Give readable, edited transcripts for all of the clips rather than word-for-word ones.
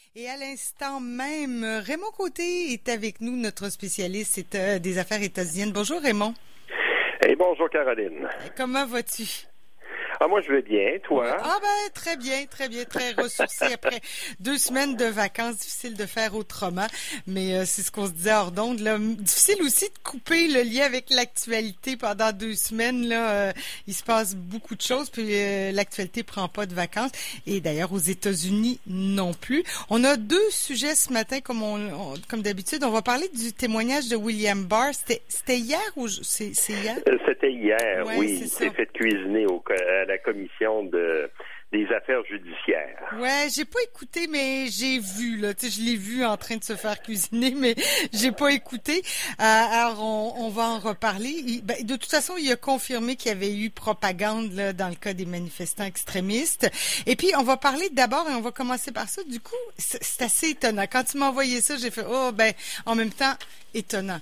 Et à l'instant même, Raymond Côté est avec nous, notre spécialiste des affaires états-uniennes. Bonjour Raymond. Hey, bonjour Caroline. Comment vas-tu? Moi je vais bien, toi? Très bien, très ressourcé après 2 semaines de vacances, difficile de faire autrement, mais c'est ce qu'on se disait hors d'onde, là. Difficile aussi de couper le lien avec l'actualité pendant 2 semaines, là. Il se passe beaucoup de choses, puis l'actualité prend pas de vacances, et d'ailleurs aux États-Unis non plus. On a 2 sujets ce matin, comme d'habitude. On va parler du témoignage de William Barr. C'était hier ou c'est hier? C'était hier, ouais, oui. Il s'est fait cuisiner à la commission des affaires judiciaires. Ouais, j'ai pas écouté, mais j'ai vu, là. Tu sais, je l'ai vu en train de se faire cuisiner, mais j'ai pas écouté. Alors, on va en reparler. De toute façon, il a confirmé qu'il y avait eu propagande, là, dans le cas des manifestants extrémistes. Et puis, on va parler d'abord, et on va commencer par ça. Du coup, c'est assez étonnant. Quand tu m'as envoyé ça, j'ai fait, en même temps, étonnant.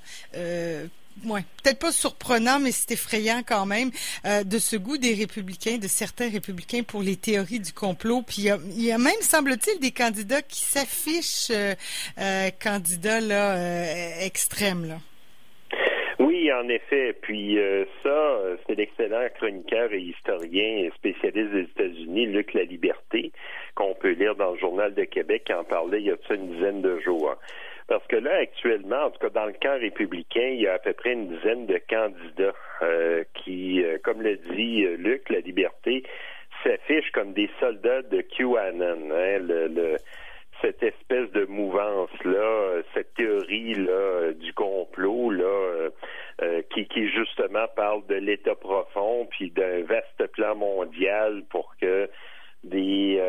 Ouais, peut-être pas surprenant, mais c'est effrayant quand même, de ce goût des républicains, de certains républicains pour les théories du complot. Puis il y a même, semble-t-il, des candidats qui s'affichent candidats là extrêmes là. Oui, en effet. Puis c'est l'excellent chroniqueur et historien spécialiste des États-Unis, Luc Laliberté, qu'on peut lire dans le Journal de Québec, qui en parlait il y a une dizaine de jours. Parce que là, actuellement, en tout cas dans le camp républicain, il y a à peu près une dizaine de candidats qui, comme le dit Luc Laliberté, s'affichent comme des soldats de QAnon, hein, cette espèce de mouvance-là, cette théorie-là du complot, là, qui justement parle de l'État profond, puis d'un vaste plan mondial pour que des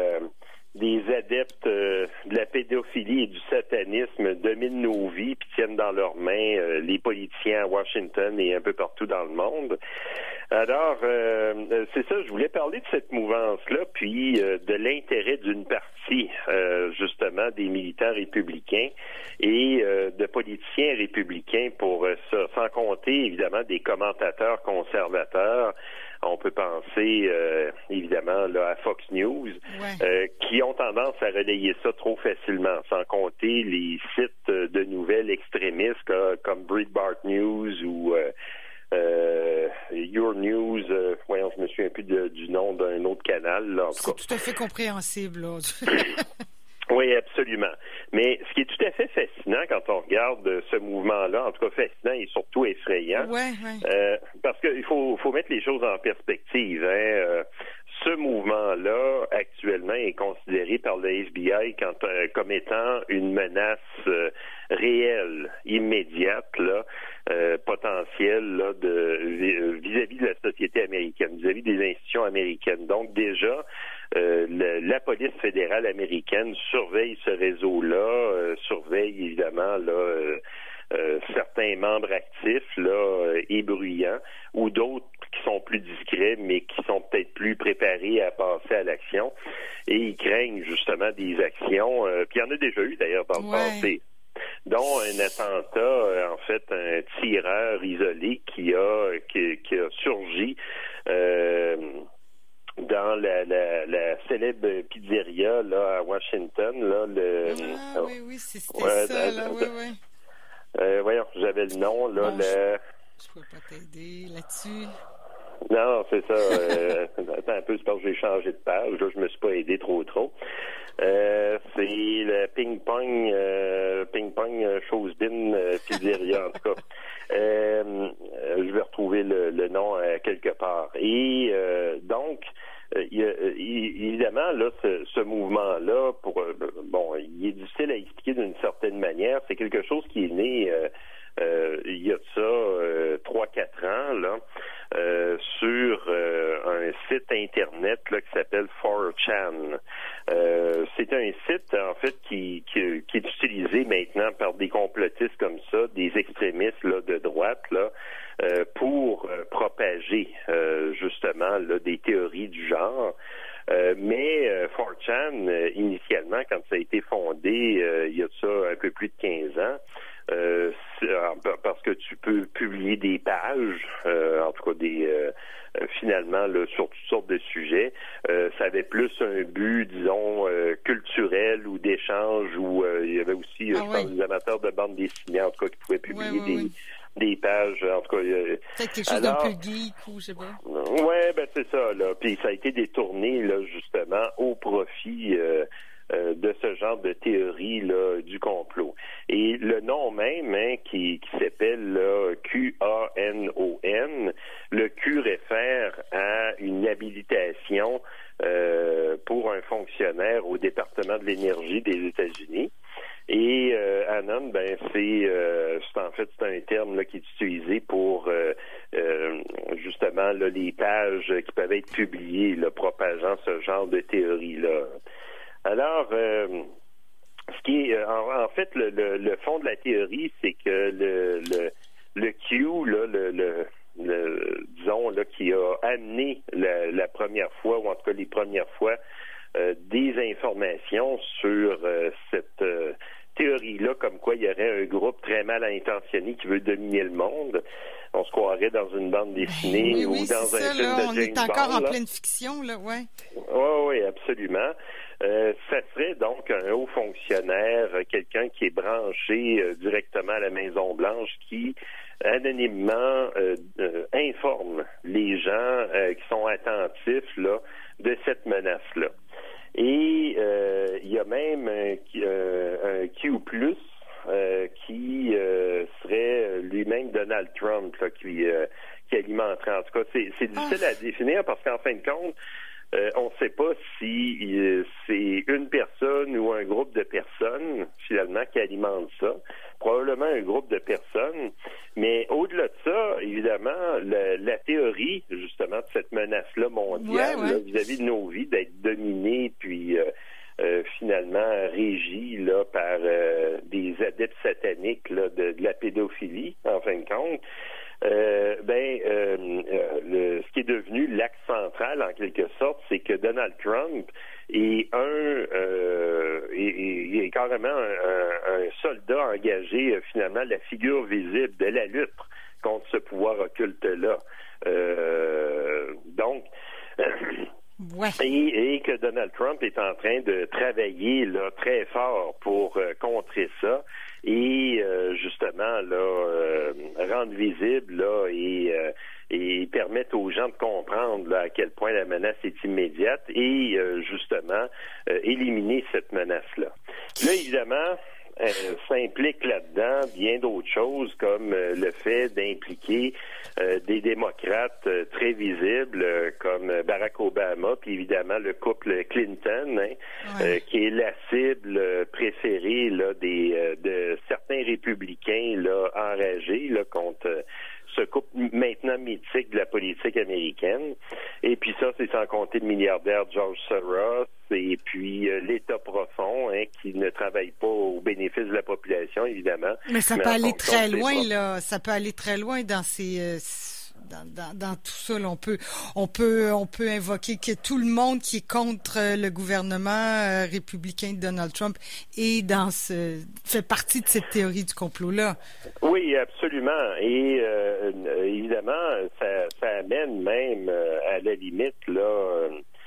adeptes de la pédophilie et du satanisme dominent nos vies puis tiennent dans leurs mains les politiciens à Washington et un peu partout dans le monde. Alors, c'est ça, je voulais parler de cette mouvance-là, puis de l'intérêt d'une partie, justement, des militants républicains et de politiciens républicains pour ça, sans compter, évidemment, des commentateurs conservateurs. On peut penser, évidemment, là, à Fox News, qui ont tendance à relayer ça trop facilement, sans compter les sites de nouvelles extrémistes comme Breitbart News ou Your News, je me souviens plus du nom d'un autre canal. Là, en tout cas. C'est tout à fait compréhensible, là. Oui, absolument. Mais ce qui est tout à fait fascinant quand on regarde ce mouvement-là, en tout cas fascinant et surtout effrayant, parce qu'il faut mettre les choses en perspective. Hein, ce mouvement-là, actuellement, est considéré par le FBI comme étant une menace réelle, immédiate, là, potentielle, là, vis-à-vis de la société américaine, vis-à-vis des institutions américaines. Donc déjà, la police fédérale américaine surveille ce réseau-là, surveille évidemment là certains membres actifs là et bruyants, ou d'autres qui sont plus discrets, mais qui sont peut-être plus préparés à passer à l'action. Et ils craignent justement des actions. Puis il y en a déjà eu d'ailleurs dans le passé, dont un attentat, en fait, un tireur isolé qui a surgi dans la célèbre pizzeria là à Washington là c'était ça là, voyons, j'avais le nom là. Je peux pas t'aider là-dessus. Non, c'est ça. Attends un peu, c'est parce que j'ai changé de page. Là, je me suis pas aidé trop. C'est le ping-pong chose-bin pizzeria, en tout cas. Je vais retrouver le nom quelque part. Et donc, évidemment, là, ce mouvement-là, il est difficile à expliquer d'une certaine manière. C'est quelque chose qui est né il y a de ça 3-4 ans, là, sur un site Internet là, qui s'appelle 4chan. C'est un site, en fait, qui est utilisé maintenant par des complotistes comme ça, des extrémistes là, de droite, là, pour propager justement là, des théories du genre. Mais 4chan, initialement, quand ça a été fondé, il y a de ça un peu plus de 15 ans, parce que tu peux publier des pages, en tout cas finalement là, sur toutes sortes de sujets. Ça avait plus un but, disons, culturel ou d'échange, où il y avait aussi, je pense, des amateurs de bande dessinée, en tout cas, qui pouvaient publier des pages, en tout cas. Peut-être quelque chose d'un peu geek ou je sais pas. Ouais, ben c'est ça, là. Puis ça a été détourné, là, justement, au profit de ce genre de théorie là, du complot. Et le nom même, qui s'appelle là, QANON, le Q réfère à une habilitation pour un fonctionnaire au département de l'énergie des États-Unis. Et Anon, c'est un terme là, qui est utilisé pour justement là, les pages qui peuvent être publiées là, propageant ce genre de théorie-là. Alors, ce qui est en fait le fond de la théorie, c'est que le Q, là, disons là, qui a amené la première fois, ou en tout cas les premières fois, des informations sur cette théorie-là, comme quoi il y aurait un groupe très mal intentionné qui veut dominer le monde. On se croirait dans une bande dessinée ou dans un film de James Bond. On est encore en pleine fiction, là, ouais. Oui, absolument. Ça serait donc un haut fonctionnaire, quelqu'un qui est branché directement à la Maison-Blanche, qui anonymement informe les gens qui sont attentifs là, de cette menace-là. Et il y a même un Q+, qui serait lui-même Donald Trump là, qui alimenterait. En tout cas, c'est difficile à définir parce qu'en fin de compte, on ne sait pas si c'est une personne ou un groupe de personnes, finalement, qui alimente ça. Probablement un groupe de personnes. Mais au-delà de ça, évidemment, la théorie, justement, de cette menace-là mondiale, là, vis-à-vis de nos vies, d'être dominée, puis finalement régie là, par des adeptes sataniques là, de la pédophilie, en fin de compte, ce qui est devenu l'axe central en quelque sorte, c'est que Donald Trump est il est carrément un soldat engagé, finalement, la figure visible de la lutte contre ce pouvoir occulte-là. Donc, et que Donald Trump est en train de travailler là, très fort pour contrer ça et justement là rendre visible là et permettre aux gens de comprendre là, à quel point la menace est immédiate et justement éliminer cette menace-là. Là, évidemment, ça implique là-dedans bien d'autres choses comme le fait d'impliquer des démocrates très visibles comme Barack Obama, puis évidemment le couple Clinton, qui est la cible préférée là, de certains républicains là, enragés là, contre ce couple maintenant mythique de la politique américaine. Et puis ça, c'est sans compter le milliardaire George Soros et puis l'État profond qui ne travaille pas au bénéfice de la population, évidemment. Mais ça peut aller très loin, là. Ça peut aller très loin dans ces... Dans tout ça, là, on peut invoquer que tout le monde qui est contre le gouvernement républicain de Donald Trump fait partie de cette théorie du complot-là. Oui, absolument. Et évidemment, ça amène même à la limite là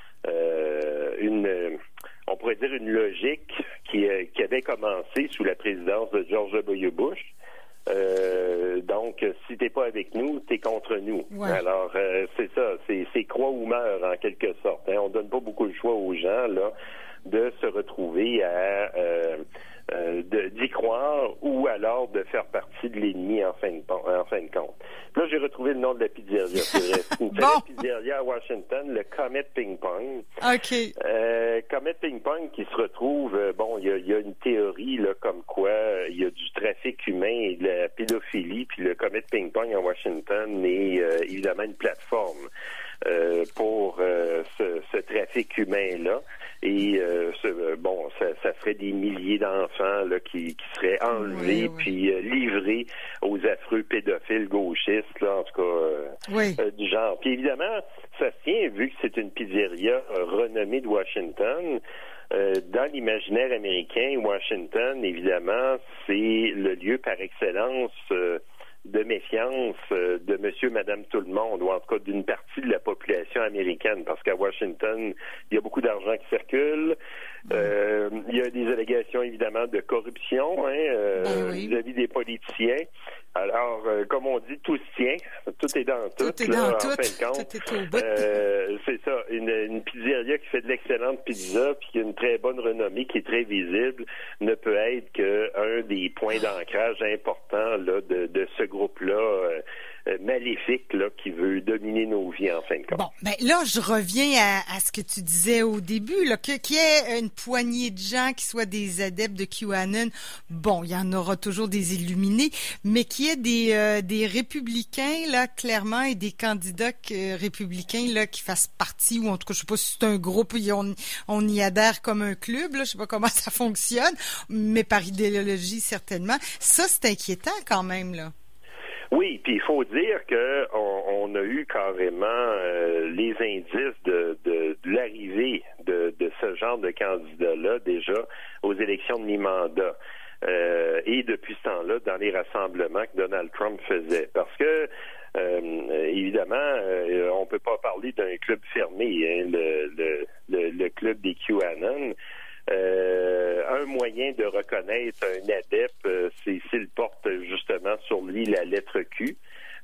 on pourrait dire une logique qui avait commencé sous la présidence de George W. Bush. Donc, si t'es pas avec nous, t'es contre nous. Ouais. Alors, c'est ça, c'est croix ou meurt en quelque sorte. On donne pas beaucoup de choix aux gens là de se retrouver à d'y croire ou alors de faire partie de l'ennemi en fin de compte. Là, j'ai retrouvé le nom de la pizzeria. C'est vrai. C'est une pizzeria à Washington, le Comet Ping Pong. OK. Comet Ping Pong qui se retrouve, il y a une théorie là comme quoi il y a du trafic humain et de la pédophilie, puis le Comet Ping Pong à Washington est évidemment une plateforme pour ce trafic humain-là. Et ça serait des milliers d'enfants là qui seraient enlevés puis livrés aux affreux pédophiles gauchistes là, en tout cas du genre. Puis évidemment, ça se tient vu que c'est une pizzeria renommée de Washington. Dans l'imaginaire américain, Washington, évidemment, c'est le lieu par excellence de méfiance de monsieur, madame, tout le monde, ou en tout cas d'une partie de la population américaine, parce qu'à Washington, il y a beaucoup d'argent qui circule. Il y a des allégations, évidemment, de corruption vis-à-vis des politiciens. Alors, comme on dit, tout se tient. Tout est dans tout. Tout est dans tout. En fin de compte. Tout est au bout. C'est ça. Une pizzeria qui fait de l'excellente pizza puis qui a une très bonne renommée, qui est très visible, ne peut être qu'un des points d'ancrage importants là, de ce groupe-là maléfique là, qui veut dominer nos vies en fin de compte. Bon, ben là, je reviens à ce que tu disais au début, là, qu'il y ait une poignée de gens qui soient des adeptes de QAnon. Bon, il y en aura toujours des illuminés, mais qu'il y ait des républicains, là, clairement, et des candidats républicains, là, qui fassent partie, ou en tout cas, je sais pas si c'est un groupe, on y adhère comme un club, là, je sais pas comment ça fonctionne, mais par idéologie, certainement. Ça, c'est inquiétant quand même, là. Oui, puis il faut dire que on a eu carrément les indices de l'arrivée de ce genre de candidat-là déjà aux élections de mi-mandat. Et depuis ce temps-là, dans les rassemblements que Donald Trump faisait. Parce que évidemment, on peut pas parler d'un club fermé, hein, le club des QAnon. Un moyen de reconnaître un adepte, c'est s'il porte justement sur lui la lettre Q,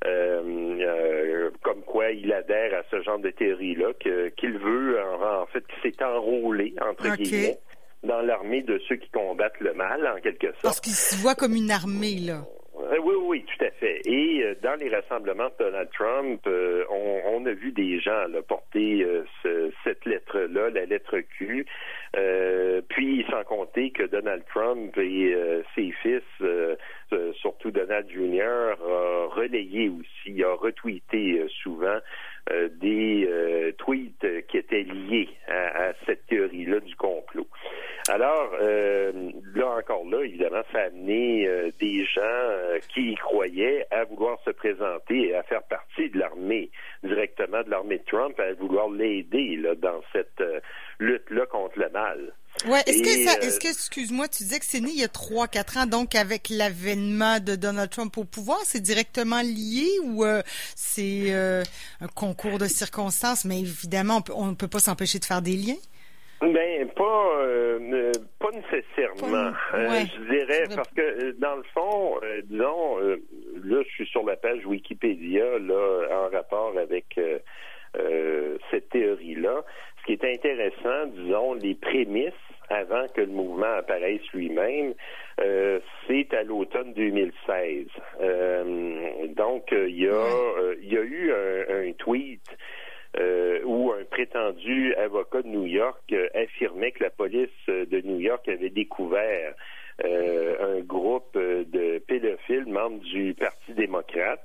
comme quoi il adhère à ce genre de théorie-là, qu'il veut, en fait, qu'il s'est enrôlé, entre guillemets, dans l'armée de ceux qui combattent le mal, en quelque sorte. Parce qu'il se voit comme une armée, là. Oui, tout à fait. Et dans les rassemblements de Donald Trump, on a vu des gens là, porter cette lettre-là, la lettre Q. Puis, sans compter que Donald Trump et ses fils, surtout Donald Jr., a relayé aussi, a retweeté souvent des tweets qui étaient liés à cette théorie-là du complot. Alors, là, évidemment, ça a amené des gens qui y croyaient à vouloir se présenter et à faire partie de l'armée, directement de l'armée de Trump, à vouloir l'aider là, dans cette lutte-là contre le mal. Ouais, excuse-moi, tu disais que c'est né il y a 3-4 ans, donc avec l'avènement de Donald Trump au pouvoir, c'est directement lié ou c'est un concours de circonstances, mais évidemment, on ne peut pas s'empêcher de faire des liens? Ben, pas nécessairement. Je dirais, parce que dans le fond, disons, là, je suis sur la page Wikipédia, là, en rapport avec cette théorie-là. Ce qui est intéressant, disons, les prémices avant que le mouvement apparaisse lui-même, c'est à l'automne 2016. Donc, il y a eu un tweet où un prétendu avocat de New York affirmait que la police de New York avait découvert un groupe de pédophiles membres du Parti démocrate.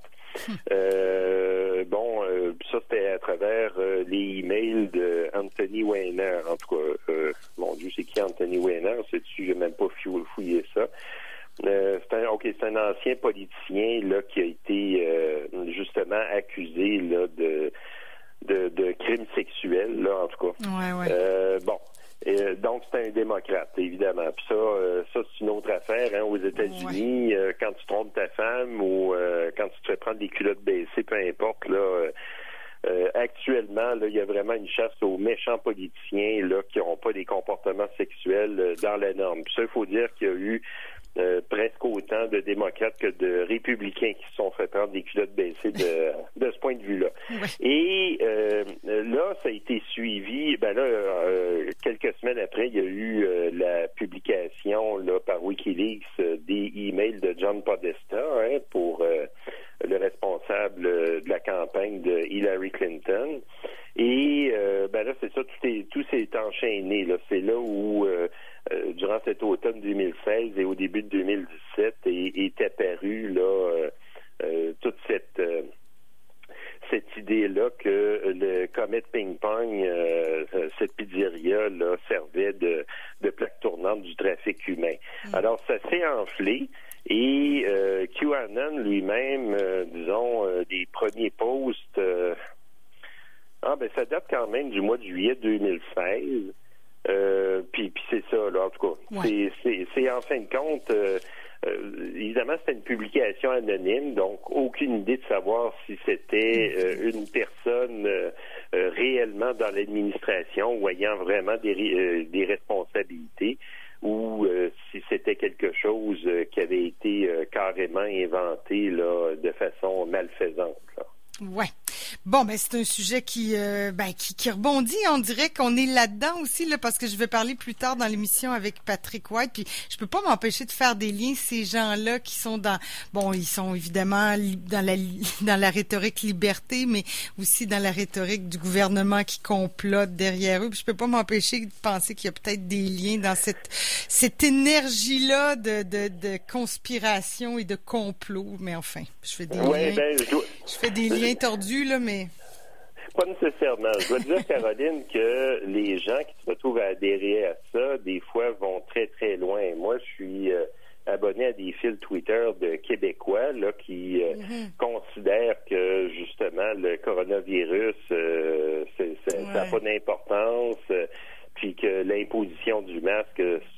Ça c'était à travers les emails de Anthony Weiner. En tout cas, mon Dieu, c'est qui Anthony Weiner? Sais-tu, j'ai même pas fouillé ça. C'est un ancien politicien là qui a été justement accusé là de crimes sexuels là en tout cas. Donc c'est un démocrate évidemment. Puis ça c'est une autre affaire hein, aux États-Unis. Quand tu trompes ta femme ou quand tu te fais prendre des culottes baissées, peu importe là. Actuellement, là, il y a vraiment une chasse aux méchants politiciens là qui n'ont pas des comportements sexuels dans la norme. Puis ça, il faut dire qu'il y a eu presque autant de démocrates que de républicains qui se sont fait prendre des culottes baissées de ce point de vue-là. Et là, ça a été suivi. Quelques semaines après, il y a eu la publication là par WikiLeaks des emails de John Podesta pour le responsable de la campagne de Hillary Clinton. Et là, c'est ça, tout s'est enchaîné. Là. C'est là où durant cet automne 2016 et au début de 2017 est apparue là toute cette idée-là que le Comet Ping Pong, cette pizzeria là, servait de plaque tournante du trafic humain. Alors ça s'est enflé et QAnon lui-même, des premiers posts, ça date quand même du mois de juillet 2016. Puis c'est ça, là, en tout cas. C'est en fin de compte, évidemment, c'était une publication anonyme, donc aucune idée de savoir si c'était une personne réellement dans l'administration ou ayant vraiment des responsabilités, ou si c'était quelque chose qui avait été carrément inventé là, de façon malfaisante. Là. Ouais. Bon, ben c'est un sujet qui rebondit. On dirait qu'on est là-dedans aussi, là, parce que je vais parler plus tard dans l'émission avec Patrick White. Puis je peux pas m'empêcher de faire des liens. Ces gens-là qui sont ils sont évidemment dans la rhétorique liberté, mais aussi dans la rhétorique du gouvernement qui complote derrière eux. Puis je peux pas m'empêcher de penser qu'il y a peut-être des liens dans cette énergie-là de conspiration et de complot. Mais enfin, je fais des liens. Je fais des liens tordus, là, mais... Pas nécessairement. Je dois dire, Caroline, que les gens qui se retrouvent à adhérer à ça, des fois, vont très, très loin. Moi, je suis abonné à des fils Twitter de Québécois là qui considèrent que, justement, le coronavirus, ça n'a pas d'importance, puis que l'imposition du masque,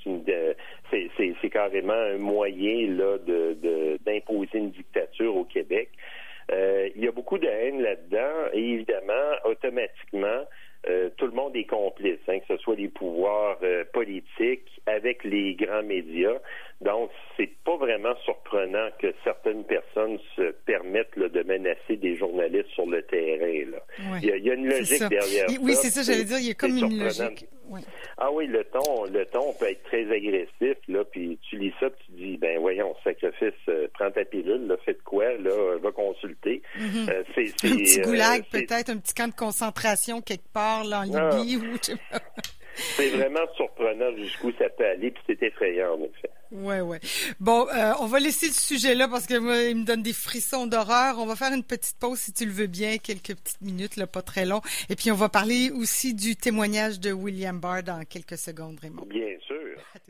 c'est carrément un moyen là d'imposer une dictature au Québec. Il y a beaucoup de haine là-dedans et évidemment, automatiquement, tout le monde est complice, que ce soit les pouvoirs politiques avec les grands médias. Donc, c'est pas vraiment surprenant que certaines personnes se permettent là, de menacer des journalistes sur le terrain. Là. Ouais, il y a une logique derrière ça. Oui, c'est ça, j'allais dire, il y a comme une logique. Oui. Ah oui, le ton peut être très agressif, là, puis tu lis ça, puis tu dis, ben voyons, sacrifice, prends ta pilule, là, fais de quoi, là, va consulter. Un petit goulag, peut-être, un petit camp de concentration quelque part, là, en Libye, ou je sais pas. C'est vraiment surprenant jusqu'où ça peut aller, puis c'est effrayant, en effet. Ouais. Bon, on va laisser le sujet là parce que moi, il me donne des frissons d'horreur. On va faire une petite pause si tu le veux bien, quelques petites minutes, là, pas très long. Et puis on va parler aussi du témoignage de William Barr dans quelques secondes, Raymond. Bien sûr.